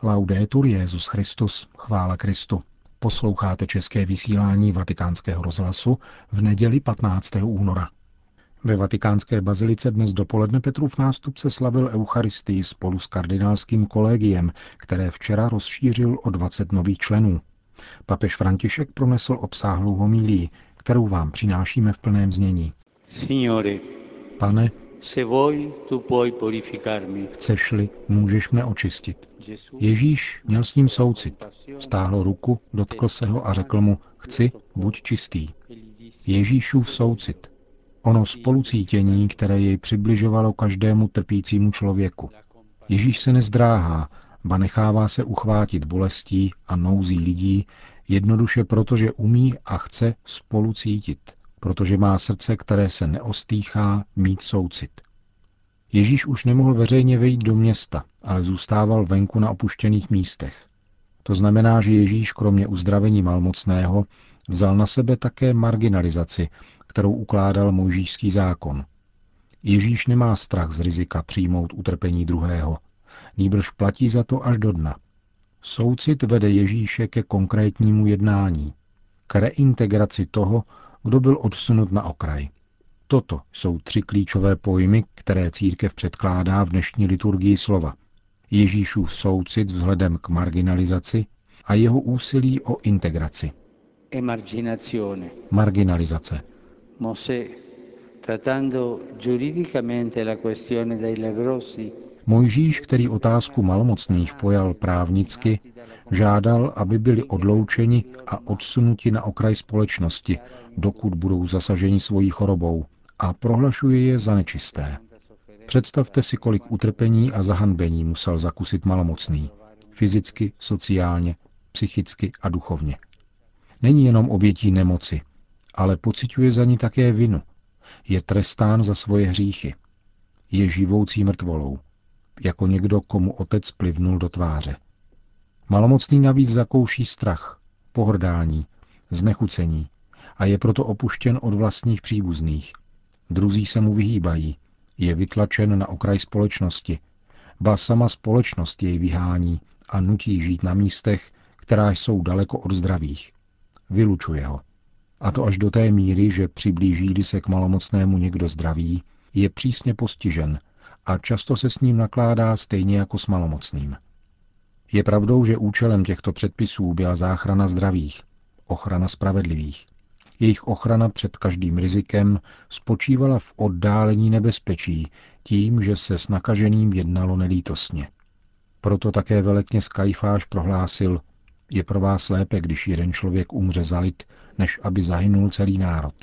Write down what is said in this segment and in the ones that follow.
Laudetur Jesus Christus, chvála Kristu. Posloucháte české vysílání Vatikánského rozhlasu v neděli 15. února. Ve vatikánské bazilice dnes dopoledne Petrův nástupce slavil Eucharistii spolu s kardinálským kolegiem, které včera rozšířil o 20 nových členů. Papež František pronesl obsáhlou homilii, kterou vám přinášíme v plném znění. Signore, Pane, se vuoi, tu puoi purificarmi. chceš-li, můžeš mne očistit. Ježíš měl s ním soucit. Vztáhl ruku, dotkl se ho a řekl mu, chci, buď čistý. Ježíšův soucit. Ono spolucítění, které jej přibližovalo každému trpícímu člověku. Ježíš se nezdráhá, ba nechává se uchvátit bolestí a nouzí lidí, jednoduše proto, že umí a chce spolucítit, protože má srdce, které se neostýchá, mít soucit. Ježíš už nemohl veřejně vejít do města, ale zůstával venku na opuštěných místech. To znamená, že Ježíš kromě uzdravení malmocného vzal na sebe také marginalizaci, kterou ukládal mojžíšský zákon. Ježíš nemá strach z rizika přijmout utrpení druhého, nýbrž platí za to až do dna. Soucit vede Ježíše ke konkrétnímu jednání, k reintegraci toho, kdo byl odsunut na okraj. Toto jsou 3 klíčové pojmy, které církev předkládá v dnešní liturgii slova. Ježíšův soucit vzhledem k marginalizaci a jeho úsilí o integraci. Marginalizace. Mojžíš, který otázku malomocných pojal právnicky, žádal, aby byli odloučeni a odsunuti na okraj společnosti, dokud budou zasaženi svojí chorobou, a prohlašuje je za nečisté. Představte si, kolik utrpení a zahanbení musel zakusit malomocný. Fyzicky, sociálně, psychicky a duchovně. Není jenom obětí nemoci, ale pociťuje za ní také vinu. Je trestán za svoje hříchy. Je živoucí mrtvolou. Jako někdo, komu otec plivnul do tváře. Malomocný navíc zakouší strach, pohrdání, znechucení a je proto opuštěn od vlastních příbuzných. Druzí se mu vyhýbají, je vytlačen na okraj společnosti, ba sama společnost jej vyhání a nutí žít na místech, která jsou daleko od zdravých. Vylučuje ho. A to až do té míry, že přiblíží-li se k malomocnému někdo zdravý, je přísně postižen a často se s ním nakládá stejně jako s malomocným. Je pravdou, že účelem těchto předpisů byla záchrana zdravých, ochrana spravedlivých. Jejich ochrana před každým rizikem spočívala v oddálení nebezpečí tím, že se s nakaženým jednalo nelítostně. Proto také velekněz Kajfáš prohlásil, je pro vás lépe, když jeden člověk umře za lid, než aby zahynul celý národ.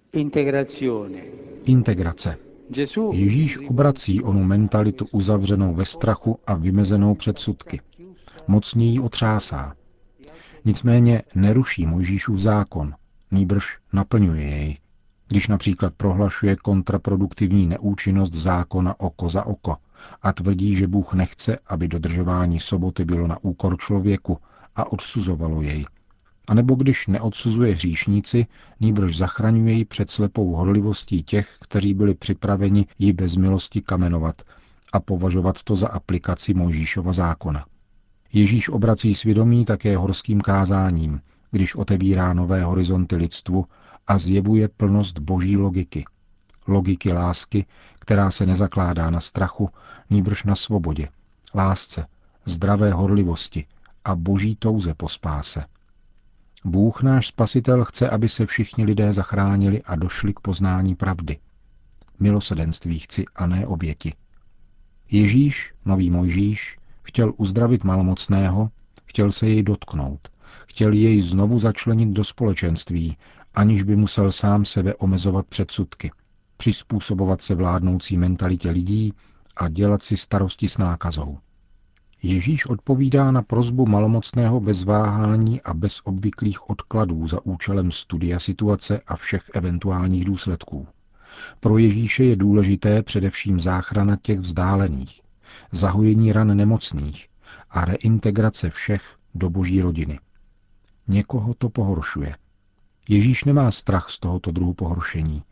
Integrace. Ježíš obrací onu mentalitu uzavřenou ve strachu a vymezenou předsudky. Mocně ji otřásá. Nicméně neruší Mojžíšův zákon, nýbrž naplňuje jej. Když například prohlašuje kontraproduktivní neúčinnost zákona oko za oko a tvrdí, že Bůh nechce, aby dodržování soboty bylo na úkor člověku a odsuzovalo jej. A nebo když neodsuzuje hříšníci, nýbrž zachraňuje ji před slepou horlivostí těch, kteří byli připraveni ji bez milosti kamenovat a považovat to za aplikaci Mojžíšova zákona. Ježíš obrací svědomí také horským kázáním, když otevírá nové horizonty lidstvu a zjevuje plnost boží logiky. Logiky lásky, která se nezakládá na strachu, nýbrž na svobodě, lásce, zdravé horlivosti a boží touze po spáse. Bůh náš Spasitel chce, aby se všichni lidé zachránili a došli k poznání pravdy. Milosedenství chci a ne oběti. Ježíš, nový Mojžíš, chtěl uzdravit malomocného, chtěl se jej dotknout, chtěl jej znovu začlenit do společenství, aniž by musel sám sebe omezovat předsudky, přizpůsobovat se vládnoucí mentalitě lidí a dělat si starosti s nákazou. Ježíš odpovídá na prosbu malomocného bez váhání a bez obvyklých odkladů za účelem studia situace a všech eventuálních důsledků. Pro Ježíše je důležité především záchrana těch vzdálených, zahojení ran nemocných a reintegrace všech do boží rodiny. Někoho to pohoršuje. Ježíš nemá strach z tohoto druhu pohoršení.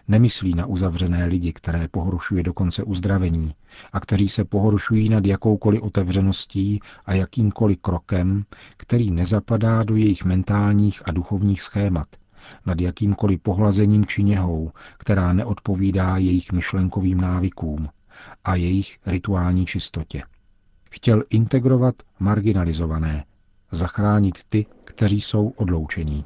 Nemyslí na uzavřené lidi, které pohoršuje dokonce uzdravení a kteří se pohoršují nad jakoukoliv otevřeností a jakýmkoliv krokem, který nezapadá do jejich mentálních a duchovních schémat, nad jakýmkoliv pohlazením či něhou, která neodpovídá jejich myšlenkovým návykům a jejich rituální čistotě. Chtěl integrovat marginalizované, zachránit ty, kteří jsou odloučení.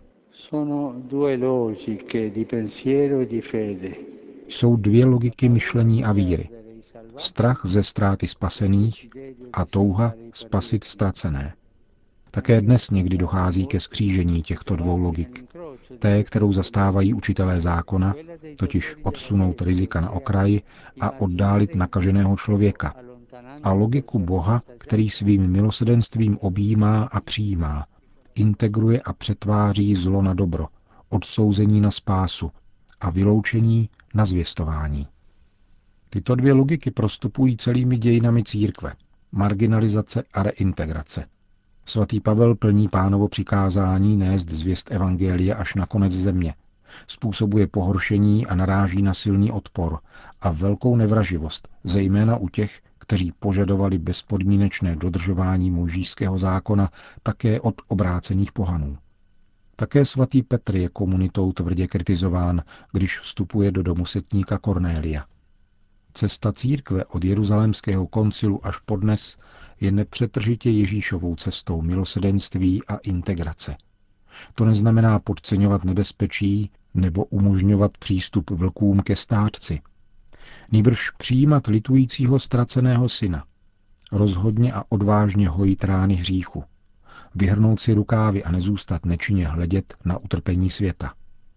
Jsou dvě logiky myšlení a víry. Strach ze ztráty spasených a touha spasit ztracené. Také dnes někdy dochází ke skřížení těchto dvou logik. Té, kterou zastávají učitelé zákona, totiž odsunout rizika na okraj a oddálit nakaženého člověka. A logiku Boha, který svým milosrdenstvím objímá a přijímá, integruje a přetváří zlo na dobro, odsouzení na spásu a vyloučení na zvěstování. Tyto dvě logiky prostupují celými dějinami církve, marginalizace a reintegrace. Svatý Pavel plní Pánovo přikázání nést zvěst evangelia až na konec země. Způsobuje pohoršení a naráží na silný odpor a velkou nevraživost, zejména u těch, kteří požadovali bezpodmínečné dodržování mojžíšského zákona také od obrácených pohanů. Také svatý Petr je komunitou tvrdě kritizován, když vstupuje do domu setníka Kornélia. Cesta církve od Jeruzalémského koncilu až po dnes je nepřetržitě Ježíšovou cestou milosrdenství a integrace. To neznamená podceňovat nebezpečí nebo umožňovat přístup vlkům ke stádci. Nýbrž přijímat litujícího ztraceného syna, rozhodně a odvážně hojit rány hříchu, vyhrnout si rukávy a nezůstat nečinně hledět na utrpení světa.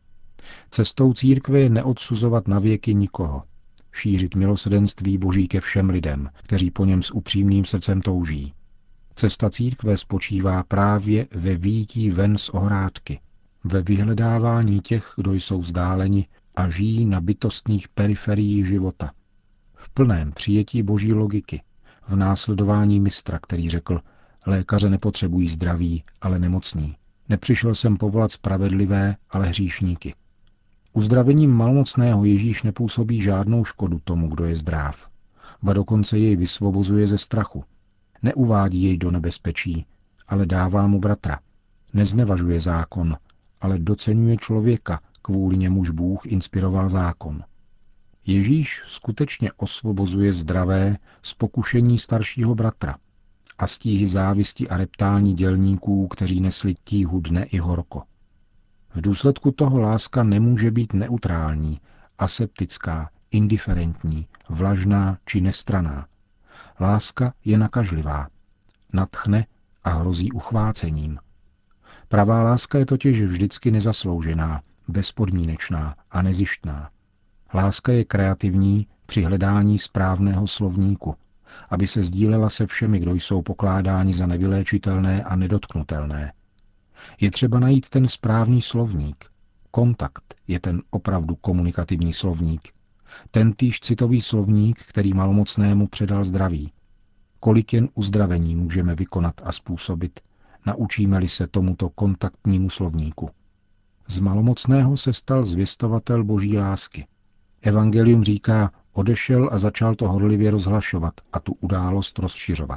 Cestou církve je neodsuzovat navěky nikoho, šířit milosrdenství Boží ke všem lidem, kteří po něm s upřímným srdcem touží. Cesta církve spočívá právě ve vyjití ven z ohrádky, ve vyhledávání těch, kdo jsou vzdáleni a žijí na bytostných periferiích života. V plném přijetí Boží logiky, v následování mistra, který řekl: lékaře nepotřebují zdraví, ale nemocní. Nepřišel jsem povolat spravedlivé, ale hříšníky. Uzdravením malmocného Ježíš nepůsobí žádnou škodu tomu, kdo je zdráv, ba dokonce jej vysvobozuje ze strachu. Neuvádí jej do nebezpečí, ale dává mu bratra. Neznevažuje zákon, ale doceňuje člověka, kvůli němuž Bůh inspiroval zákon. Ježíš skutečně osvobozuje zdravé z pokušení staršího bratra a z tíhy závisti a reptání dělníků, kteří nesli tíhu dne i horko. V důsledku toho láska nemůže být neutrální, aseptická, indiferentní, vlažná či nestranná. Láska je nakažlivá, nadchne a hrozí uchvácením. Pravá láska je totiž vždycky nezasloužená, bezpodmínečná a nezištná. Láska je kreativní při hledání správného slovníku, aby se sdílela se všemi, kdo jsou pokládáni za nevyléčitelné a nedotknutelné. Je třeba najít ten správný slovník. Kontakt je ten opravdu komunikativní slovník. Tentýž citový slovník, který malomocnému předal zdraví. Kolik jen uzdravení můžeme vykonat a způsobit, naučíme-li se tomuto kontaktnímu slovníku. Z malomocného se stal zvěstovatel Boží lásky. Evangelium říká, odešel a začal to horlivě rozhlašovat a tu událost rozšiřovat.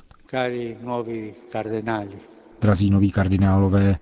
Drazí noví kardinálové,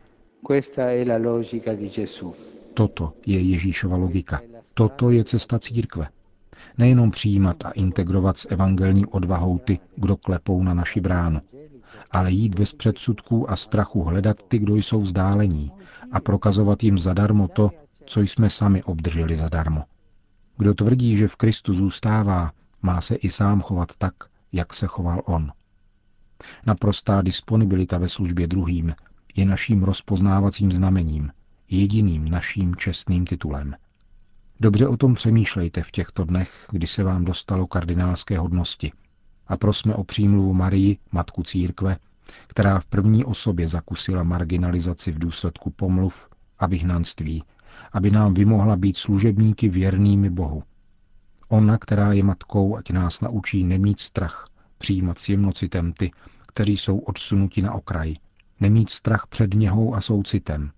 toto je Ježíšova logika. Toto je cesta církve. Nejenom přijímat a integrovat s evangelní odvahou ty, kdo klepou na naši bránu, ale jít bez předsudků a strachu hledat ty, kdo jsou vzdálení, a prokazovat jim zadarmo to, co jsme sami obdrželi zadarmo. Kdo tvrdí, že v Kristu zůstává, má se i sám chovat tak, jak se choval on. Naprostá disponibilita ve službě druhým je naším rozpoznávacím znamením, jediným naším čestným titulem. Dobře o tom přemýšlejte v těchto dnech, kdy se vám dostalo kardinálské hodnosti, a prosme o přímluvu Marii, matku církve, která v první osobě zakusila marginalizaci v důsledku pomluv a vyhnanství, aby nám vymohla být služebníky věrnými Bohu. Ona, která je matkou, ať nás naučí nemít strach, přijímat s jemnocitem ty, kteří jsou odsunuti na okraj, nemít strach před něhou a soucitem,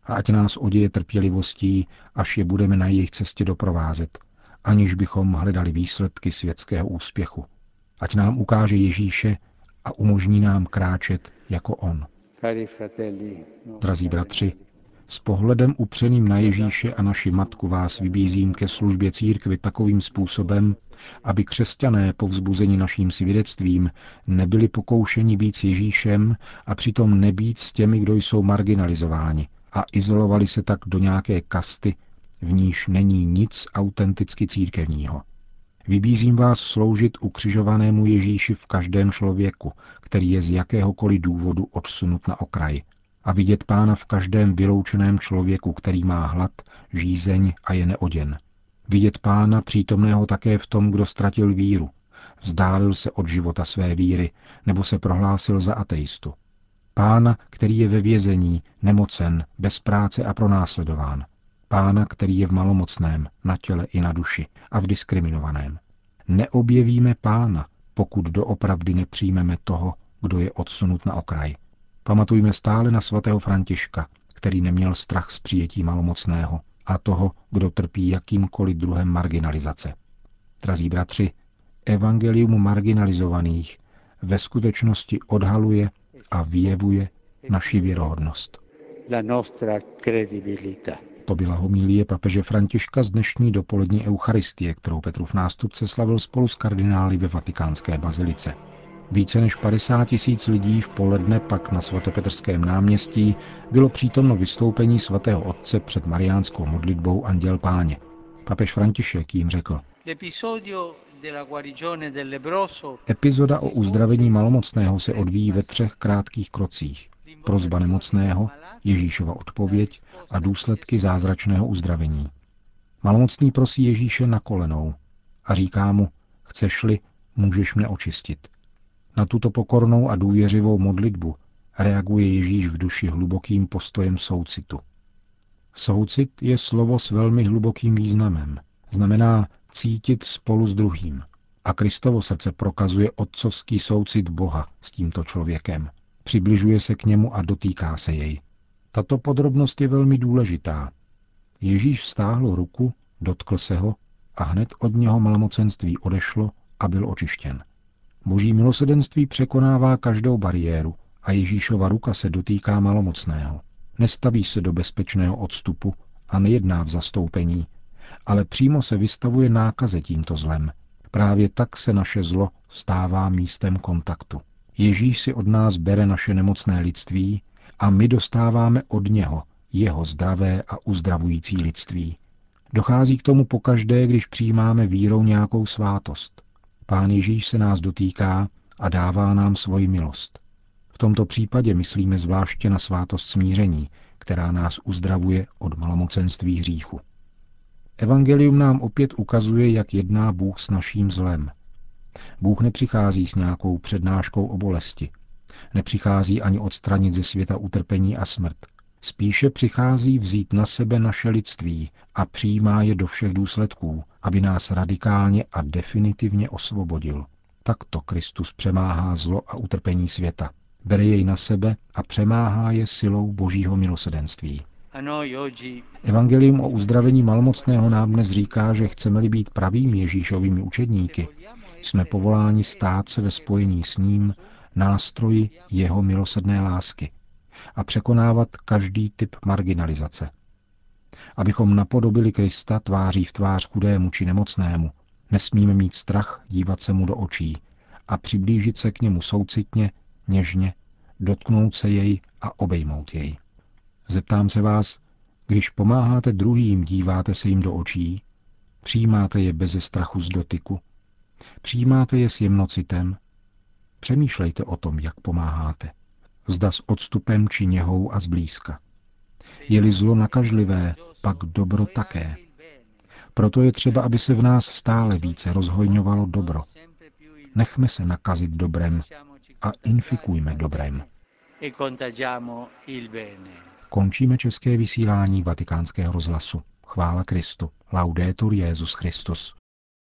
A ať nás oděje trpělivostí, až je budeme na jejich cestě doprovázet, aniž bychom hledali výsledky světského úspěchu. Ať nám ukáže Ježíše a umožní nám kráčet jako on. Drazí bratři, s pohledem upřeným na Ježíše a naši matku vás vybízím ke službě církvi takovým způsobem, aby křesťané povzbuzeni naším svědectvím nebyli pokoušeni být s Ježíšem a přitom nebýt s těmi, kdo jsou marginalizováni a izolovali se tak do nějaké kasty, v níž není nic autenticky církevního. Vybízím vás sloužit ukřižovanému Ježíši v každém člověku, který je z jakéhokoliv důvodu odsunut na okraj, a vidět Pána v každém vyloučeném člověku, který má hlad, žízeň a je neoděn. Vidět Pána přítomného také v tom, kdo ztratil víru, vzdálil se od života své víry nebo se prohlásil za ateistu. Pána, který je ve vězení, nemocen, bez práce a pronásledován. Pána, který je v malomocném, na těle i na duši a v diskriminovaném. Neobjevíme Pána, pokud doopravdy nepřijmeme toho, kdo je odsunut na okraj. Pamatujme stále na svatého Františka, který neměl strach z přijetí malomocného a toho, kdo trpí jakýmkoliv druhem marginalizace. Drazí bratři, evangelium marginalizovaných ve skutečnosti odhaluje a vyjevuje naši věrohodnost. To byla homilie papeže Františka z dnešní dopolední eucharistie, kterou Petrův nástupce slavil spolu s kardinály ve vatikánské bazilice. Více než 50 000 lidí v poledne pak na svatopetrském náměstí bylo přítomno vystoupení svatého otce před mariánskou modlitbou Anděl Páně. Papež František jim řekl: Epizoda o uzdravení malomocného se odvíjí ve 3 krátkých krocích. Prosba nemocného, Ježíšova odpověď a důsledky zázračného uzdravení. Malomocný prosí Ježíše na kolenou a říká mu: chceš-li, můžeš mne očistit. Na tuto pokornou a důvěřivou modlitbu reaguje Ježíš v duši hlubokým postojem soucitu. Soucit je slovo s velmi hlubokým významem. Znamená cítit spolu s druhým. A Kristovo srdce prokazuje otcovský soucit Boha s tímto člověkem. Přibližuje se k němu a dotýká se jej. Tato podrobnost je velmi důležitá. Ježíš vztáhl ruku, dotkl se ho a hned od něho malomocenství odešlo a byl očištěn. Boží milosrdenství překonává každou bariéru a Ježíšova ruka se dotýká malomocného. Nestaví se do bezpečného odstupu a nejedná v zastoupení, ale přímo se vystavuje nákaze tímto zlem. Právě tak se naše zlo stává místem kontaktu. Ježíš si od nás bere naše nemocné lidství a my dostáváme od něho jeho zdravé a uzdravující lidství. Dochází k tomu pokaždé, když přijímáme vírou nějakou svátost. Pán Ježíš se nás dotýká a dává nám svoji milost. V tomto případě myslíme zvláště na svátost smíření, která nás uzdravuje od malomocenství hříchu. Evangelium nám opět ukazuje, jak jedná Bůh s naším zlem. Bůh nepřichází s nějakou přednáškou o bolesti. Nepřichází ani odstranit ze světa utrpení a smrt. Spíše přichází vzít na sebe naše lidství a přijímá je do všech důsledků, aby nás radikálně a definitivně osvobodil. Takto Kristus přemáhá zlo a utrpení světa. Bere jej na sebe a přemáhá je silou Božího milosrdenství. Evangelium o uzdravení malomocného nám dnes říká, že chceme-li být pravými Ježíšovými učedníky, jsme povoláni stát se ve spojení s ním nástroji jeho milosrdné lásky a překonávat každý typ marginalizace. Abychom napodobili Krista tváří v tvář chudému či nemocnému, nesmíme mít strach dívat se mu do očí a přiblížit se k němu soucitně, něžně, dotknout se jej a obejmout jej. Zeptám se vás, když pomáháte druhým, díváte se jim do očí, přijímáte je beze strachu z dotyku, přijímáte je s jemnocitem, přemýšlejte o tom, jak pomáháte. Zda s odstupem či něhou a zblízka. Je-li zlo nakažlivé, pak dobro také. Proto je třeba, aby se v nás stále více rozhojňovalo dobro. Nechme se nakazit dobrem a infikujme dobrem. Končíme české vysílání Vatikánského rozhlasu. Chvála Kristu. Laudetur Jesus Christus.